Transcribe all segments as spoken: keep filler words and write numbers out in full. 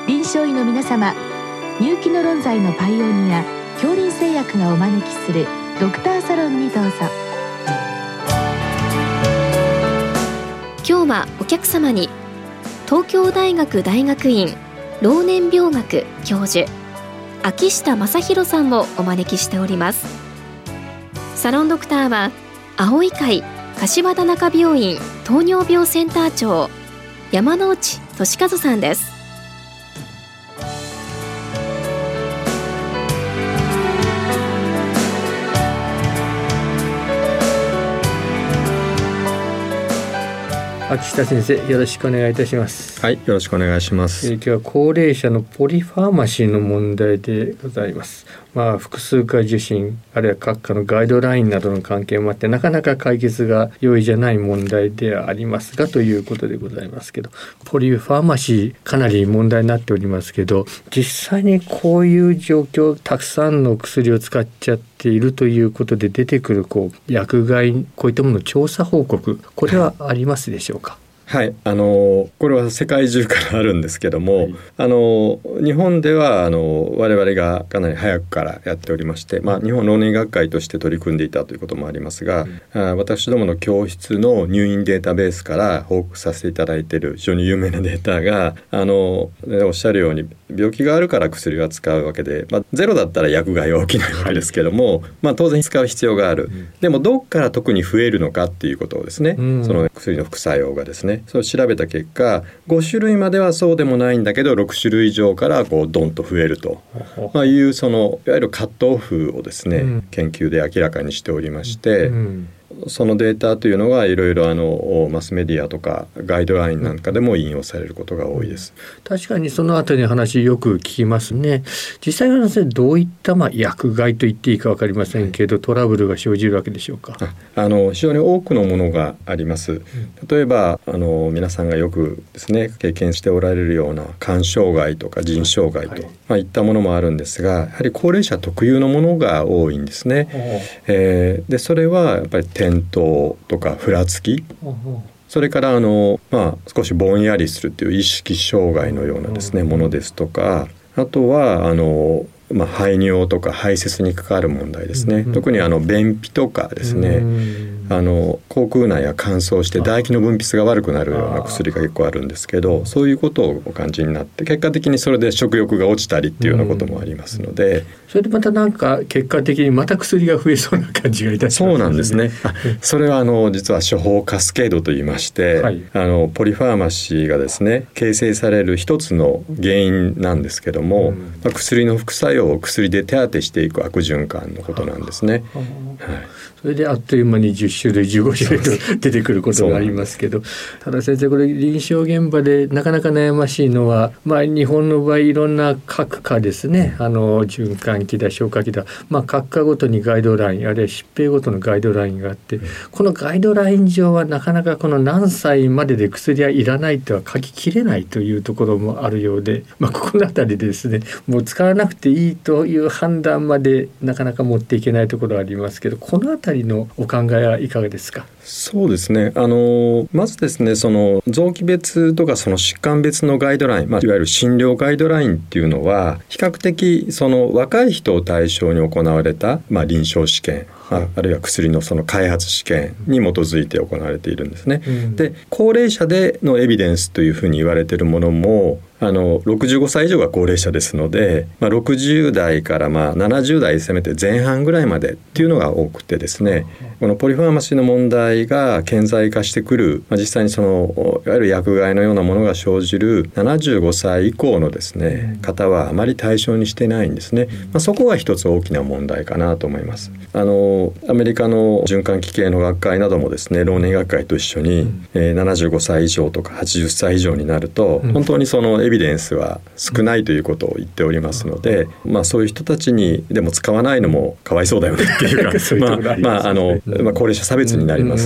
臨床医の皆様、入気の論剤のパイオニア恐林製薬がお招きするドクターサロンにどうぞ。 今日はお客様に東京大学大学院老年病学教授秋下正弘さんをお招きしております。サロンドクターは青い会柏田中病院糖尿病センター長山内俊和さんです。 秋下先生、よろしくお願いいたします。 はい、よろしくお願いします。 えー、今日は高齢者のポリファーマシーの問題でございます。まあ、複数回受診、あるいは各科のガイドラインなどの関係もあってなかなか解決が容易じゃない問題ではありますがということでございますけど、ポリファーマシーかなり問題になっておりますけど、実際にこういう状況、たくさんの薬を使っちゃっているということで出てくるこう薬害、こういったものの調査報告、これはありますでしょうか？ はい、あのこれは世界中からあるんですけども、はい、あの日本ではあの我々がかなり早くからやっておりまして、まあ、日本老年学会として取り組んでいたということもありますが、うん、あ私どもの教室の入院データベースから報告させていただいている非常に有名なデータがあのおっしゃるように病気があるから薬は使うわけで、まあ、ゼロだったら薬害は起きないわけですけども、はい、まあ、当然使う必要がある、うん、でもどこから特に増えるのかっていうことをですね、うん、その薬の副作用がですね、それを調べた結果ご種類まではそうでもないんだけどろく種類以上からこうドンと増えると、まあ、いうそのいわゆるカットオフをですね、うん、研究で明らかにしておりまして、うん、そのデータというのがいろいろあのマスメディアとかガイドラインなんかでも引用されることが多いです。 確かにそのあたりの話よく聞きますね。実際はですね、どういったまあ薬害と言っていいか分かりませんけど、はい、トラブルが生じるわけでしょうか？ ああの非常に多くのものがあります。例えばあの皆さんがよくですね経験しておられるような肝障害とか腎障害と、はい、まあ、いったものもあるんですが、やはり高齢者特有のものが多いんですね。えー、でそれはやっぱり転倒とかふらつき、それからあの、まあ、少しぼんやりするという意識障害のようなですねものですとか、あとはあのまあ、排尿とか排泄に関わる問題ですね、うん、特にあの便秘とかですね、うん、あの口腔内が乾燥して唾液の分泌が悪くなるような薬が結構あるんですけど、そういうことをお感じになって結果的にそれで食欲が落ちたりっていうようなこともありますので、うん、 それでまたなんか結果的にまた薬が増えそうな感じがいたしますね。 そうなんですね。あそれはあの実は処方カスケードといいまして、はい、あのポリファーマシーがですね形成される一つの原因なんですけども、うんまあ、薬の副作用を薬で手当てしていく悪循環のことなんですね。はい、 それであっという間にじゅっ種類じゅうご種類と出てくることがありますけど、ただ先生これ臨床現場でなかなか悩ましいのは、まあ、日本の場合いろんな各科ですね、あの循環器だ消化器だ、まあ、各科ごとにガイドラインあるいは疾病ごとのガイドラインがあって、このガイドライン上はなかなかこの何歳までで薬はいらないとは書ききれないというところもあるようで、まあ、ここのあたりでですねもう使わなくていいという判断までなかなか持っていけないところはありますけど、このあたりのお考えはいかがですか？ そうですね、あのまずですねその臓器別とかその疾患別のガイドライン、まあ、いわゆる診療ガイドラインっていうのは比較的その若い人を対象に行われた、まあ、臨床試験、はい、あ, あるいは薬のその開発試験に基づいて行われているんですね、うん、で高齢者でのエビデンスというふうに言われているものもあのろくじゅうごさい以上が高齢者ですので、まあ、ろくじゅう代からまあななじゅう代せめて前半ぐらいまでっていうのが多くてですね、このポリファーマシーの問題が顕在化してくる、まあ、実際にそのいわゆる薬害のようなものが生じるななじゅうごさい以降のですね方はあまり対象にしてないんですね、まあ、そこが一つ大きな問題かなと思います。あのアメリカの循環器系の学会などもですね老年学会と一緒に、うんえー、ななじゅうごさい以上とかはちじゅっさい以上になると、うん、本当にそのエビデンスは少ないということを言っておりますので、まあ、そういう人たちにでも使わないのもかわいそうだよねっていうかまあまああのまあ高齢者差別になります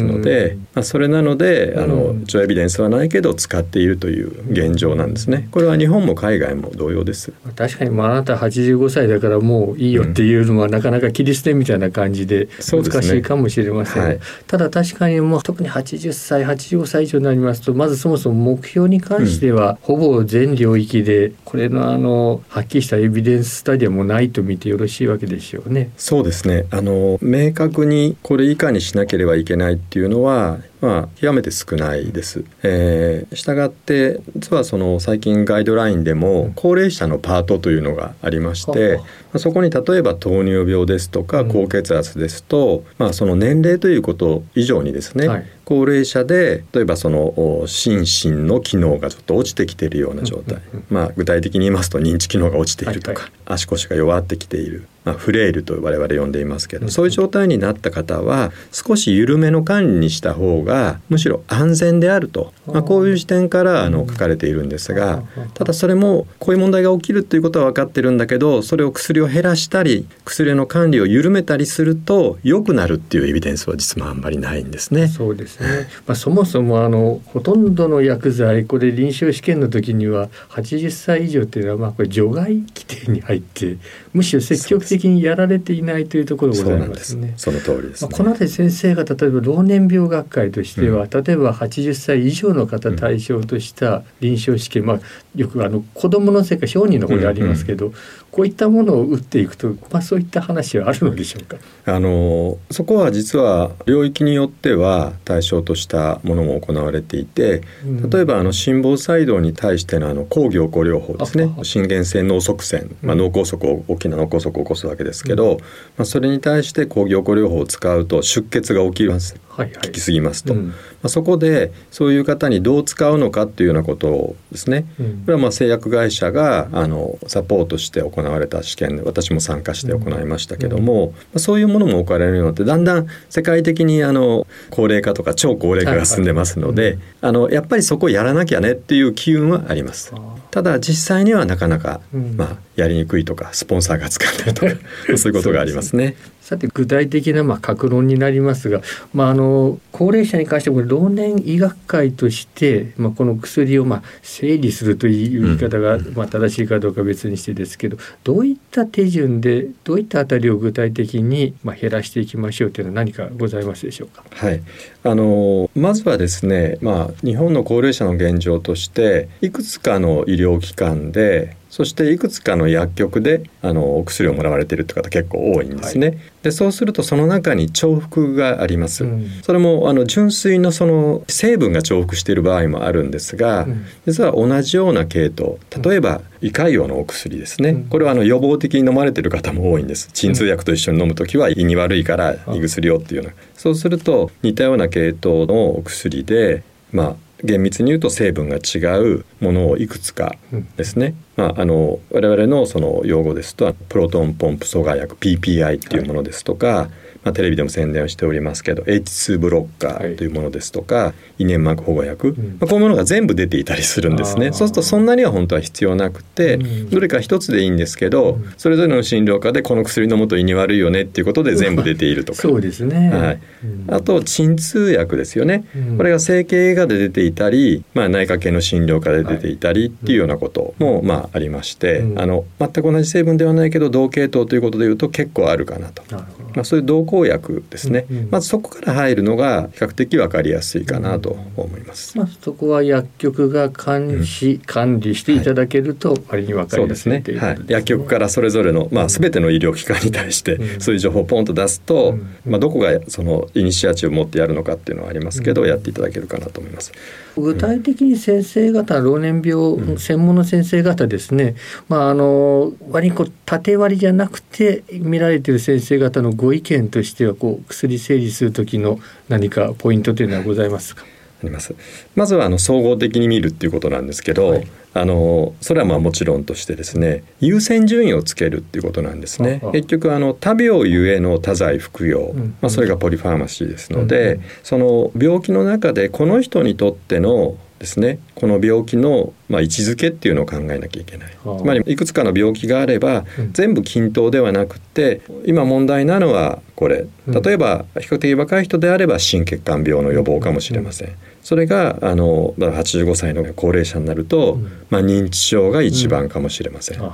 ですので、まあ、それなのであの一応エビデンスはないけど使っているという現状なんですね。これは日本も海外も同様です。 確かに、まあ、あなたはちじゅうごさいだからもういいよっていうのは、うん、なかなか切り捨てみたいな感じで難しいかもしれません、ねはい、ただ確かにもう特にはちじゅっさいはちじゅうごさい以上になりますと、まずそもそも目標に関してはほぼ全領域でこれのあのはっきりしたエビデンススタディはもうないと見てよろしいわけでしょうね。 そうですね、あの明確にこれ以下にしなければいけないっていうのはまあ、極めて少ないです。えー、したがって実はその最近ガイドラインでも高齢者のパートというのがありまして、うん、そこに例えば糖尿病ですとか高血圧ですと、うんまあ、その年齢ということ以上にですね、はい、高齢者で例えばその心身の機能がちょっと落ちてきているような状態、うんうんうんまあ、具体的に言いますと認知機能が落ちているとか、はいはい、足腰が弱ってきている、まあ、フレイルと我々呼んでいますけど、うん、そういう状態になった方は少し緩めの管理にした方がむしろ安全であると、まあ、こういう視点からあの書かれているんですが、ただそれもこういう問題が起きるということは分かってるんだけど、それを薬を減らしたり薬の管理を緩めたりすると良くなるっていうエビデンスは実はあんまりないんですね。 そうですね、まあ、そもそもあのほとんどの薬剤これ臨床試験の時にははちじゅっさい以上っていうのはまあこれ除外規定に入ってむしろ積極的にやられていないというところがございますね。 その通りですね。 まあ、このあたり先生が例えば老年病学会としては、うん、例えばはちじゅっさい以上の方対象とした臨床試験、まあ、よくあの子どもの世界小児の方でありますけど、うんうん、こういったものを打っていくと、まあ、そういった話はあるのでしょうか。 あのそこは実は領域によっては対象としたものも行われていて、例えばあの心房細動に対してのあの抗凝固療法ですね、心原性脳塞栓、まあ、脳梗塞を大きな脳梗塞を起こすわけですけど、うんまあ、それに対して抗凝固療法を使うと出血が起きます、はいはい、効きすぎますと、うんまあ、そこでそういう方にどう使うのかっていうようなことをですね、うん、これはまあ製薬会社があのサポートして行われた試験で私も参加して行いましたけども、うんうんまあ、そういうものも置かれるようになってだんだん世界的にあの高齢化とか超高齢化が進んでますので、はいはいうん、あのやっぱりそこをやらなきゃねっていう機運はあります。ただ実際にはなかなか、うんまあ、やりにくいとかスポンサーがつかないとかそういうことがありますね。 さて具体的なまあ各論になりますが、まあ、あの高齢者に関しても老年医学会として、まあ、この薬をまあ整理するという言い方がまあ正しいかどうか別にしてですけど、どういった手順でどういったあたりを具体的にまあ減らしていきましょうというのは何かございますでしょうか。 はい、あのまずはですね、まあ、日本の高齢者の現状としていくつかの医療機関でそしていくつかの薬局であのお薬をもらわれているという方結構多いんですね、はい、でそうするとその中に重複があります、うん、それもあの純粋のその成分が重複している場合もあるんですが、うん、実は同じような系統、例えば胃潰瘍のお薬ですね、うん、これはあの予防的に飲まれている方も多いんです。鎮痛薬と一緒に飲むときは胃に悪いから胃薬をっていうような、そうすると似たような系統のお薬でまあ厳密に言うと成分が違うものをいくつかですね、うんまあ、あの我々のその用語ですとプロトンポンプ阻害薬 ピーピーアイ っていうものですとか、はいまあ、テレビでも宣伝をしておりますけど エイチツー ブロッカーというものですとか、はい、胃粘膜保護薬、うんまあ、こういうものが全部出ていたりするんですね。そうするとそんなには本当は必要なくて、うん、どれか一つでいいんですけど、うん、それぞれの診療科でこの薬飲むと胃に悪いよねっていうことで全部出ているとかそうですね、 はいうん、あと鎮痛薬ですよね、うん、これが整形外科で出ていたり、まあ、内科系の診療科で出ていたりっていうようなことも、まあ、ありまして、うん、あの全く同じ成分ではないけど同系統ということでいうと結構あるかなと。なるほど、まあ、そういう同効薬ですね、うんうん、まずそこから入るのが比較的分かりやすいかなと思います、 うんまあ、そこは薬局が監視、うん、管理していただけると割に分かりやすいということですね。 薬局からそれぞれの、まあ、全ての医療機関に対してそういう情報をポンと出すと、うんまあ、どこがそのイニシアチブを持ってやるのかっていうのはありますけど、うん、やっていただけるかなと思います。 具体的に先生方、老年病専門の先生方ですね、うんまあ、あの割にこう縦割りじゃなくて見られている先生方のご意見としてはこう薬整理する時の何かポイントというのはございますか。 あります。まずはあの総合的に見るっていうことなんですけど、はい、あのそれはまあもちろんとしてですね、優先順位をつけるっていうことなんですね。ああ結局あの多病ゆえの多剤服用、うんまあ、それがポリファーマシーですので、うんうん、その病気の中でこの人にとってのですね、この病気のまあ位置づけっていうのを考えなきゃいけない。 はあ、 つまりいくつかの病気があれば、うん、全部均等ではなくて、今問題なのはこれ、例えば比較的若い人であれば心血管病の予防かもしれません。うん、それがあのはちじゅうごさいの高齢者になると、うん、まあ、認知症が一番かもしれません。うん、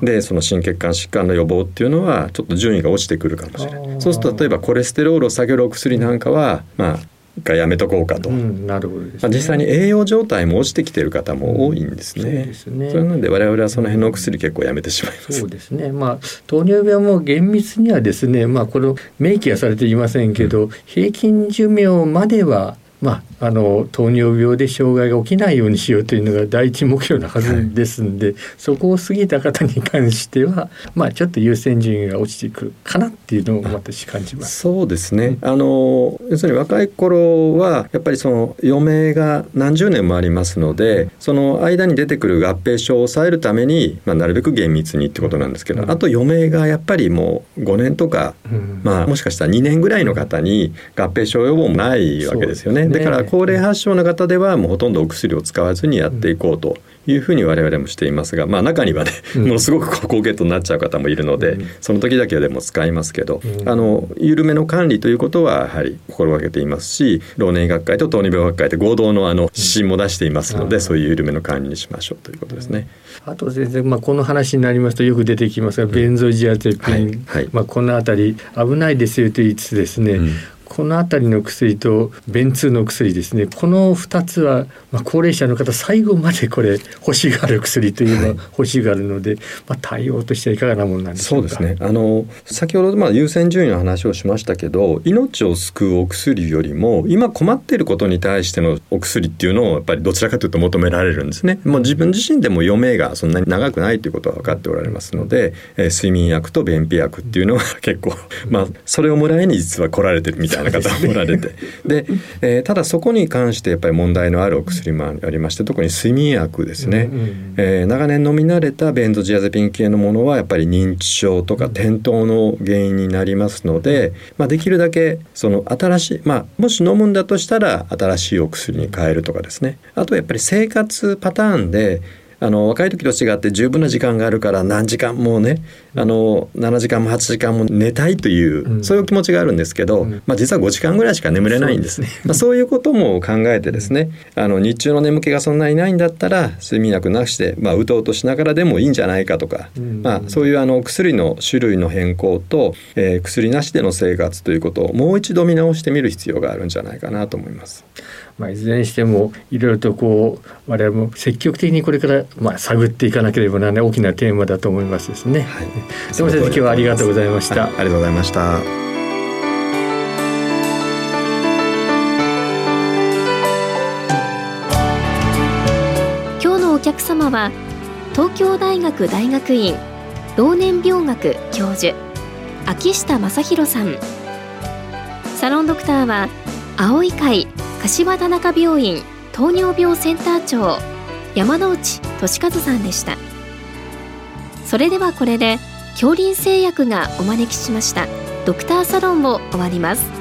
でその心血管疾患の予防っていうのはちょっと順位が落ちてくるかもしれない。そうすると例えばコレステロールを下げるお薬なんかは、まあ一回やめとこうかと、うん、なるほどですね。実際に栄養状態も落ちてきている方も多いんですね。うん、そうですね。それなので我々はその辺のお薬結構やめてしまいます。 そうですね。まあ糖尿病も厳密にはですね、まあこの明記はされていませんけど、うん、平均寿命まではまあ、あの糖尿病で障害が起きないようにしようというのが第一目標のはずですので、はい、そこを過ぎた方に関しては、まあ、ちょっと優先順位が落ちてくるかなっていうのを私感じます。 そうですね。あの要するに若い頃はやっぱりその余命が何十年もありますので、その間に出てくる合併症を抑えるために、まあ、なるべく厳密にってことなんですけど、うん、あと余命がやっぱりもうごねんとか、うん、まあ、もしかしたらにねんぐらいの方に合併症予防もないわけですよね。だから高齢発症の方ではもうほとんどお薬を使わずにやっていこうというふうに我々もしていますが、まあ、中にはね、うん、ものすごく高血糖になっちゃう方もいるので、うん、その時だけでも使いますけど、うん、あの緩めの管理ということはやはり心がけていますし、老年医学会と糖尿病学会で合同のあの指針も出していますので、うん、そういう緩めの管理にしましょうということですね。 あと先生、まあ、この話になりますとよく出てきますが、ベンゾジアゼピン、はいはい、まあ、このあたり危ないですよと言いつつですね、うん、このあたりの薬と便通の薬ですね、このふたつは、まあ、高齢者の方最後までこれ欲しがる薬というのは欲しがるので、はい、まあ、対応としてはいかがなものなんでしょうか。 そうですね。あの先ほどまあ優先順位の話をしましたけど、命を救うお薬よりも今困っていることに対してのお薬っていうのをやっぱりどちらかというと求められるんですね。もう自分自身でも余命がそんなに長くないということは分かっておられますので、えー、睡眠薬と便秘薬っていうのは結構、まあ、それをもらいに実は来られてるみたいな方もおられて、で、えー、ただそこに関してやっぱり問題のあるお薬もありまして、特に睡眠薬ですね、うんうん、えー、長年飲み慣れたベンゾジアゼピン系のものはやっぱり認知症とか転倒の原因になりますので、まあ、できるだけその新しい、まあ、もし飲むんだとしたら新しいお薬に変えるとかですね。あとやっぱり生活パターンであの若い時と違って十分な時間があるから何時間もね、あのななじかんもはちじかんも寝たいという、うん、そういう気持ちがあるんですけど、うん、まあ、実はごじかんぐらいしか眠れないんですね。そうですね。まあ、そういうことも考えてですね、あの日中の眠気がそんなにないんだったら睡眠薬なしで、まあ、うとうとしながらでもいいんじゃないかとか、うん、まあ、そういうあの薬の種類の変更と、えー、薬なしでの生活ということをもう一度見直してみる必要があるんじゃないかなと思います。 まあ、いずれにしてもいろいろとこう我々も積極的にこれからまあ探っていかなければならない大きなテーマだと思いますですね。はい、でも先生、今日はありがとうございました。 ありがとうございました。 今日のお客様は東京大学大学院老年病学教授秋下正弘さん。サロンドクターは青い会柏田中病院糖尿病センター長山内俊和さんでした。それではこれで杏林製薬がお招きしましたドクターサロンを終わります。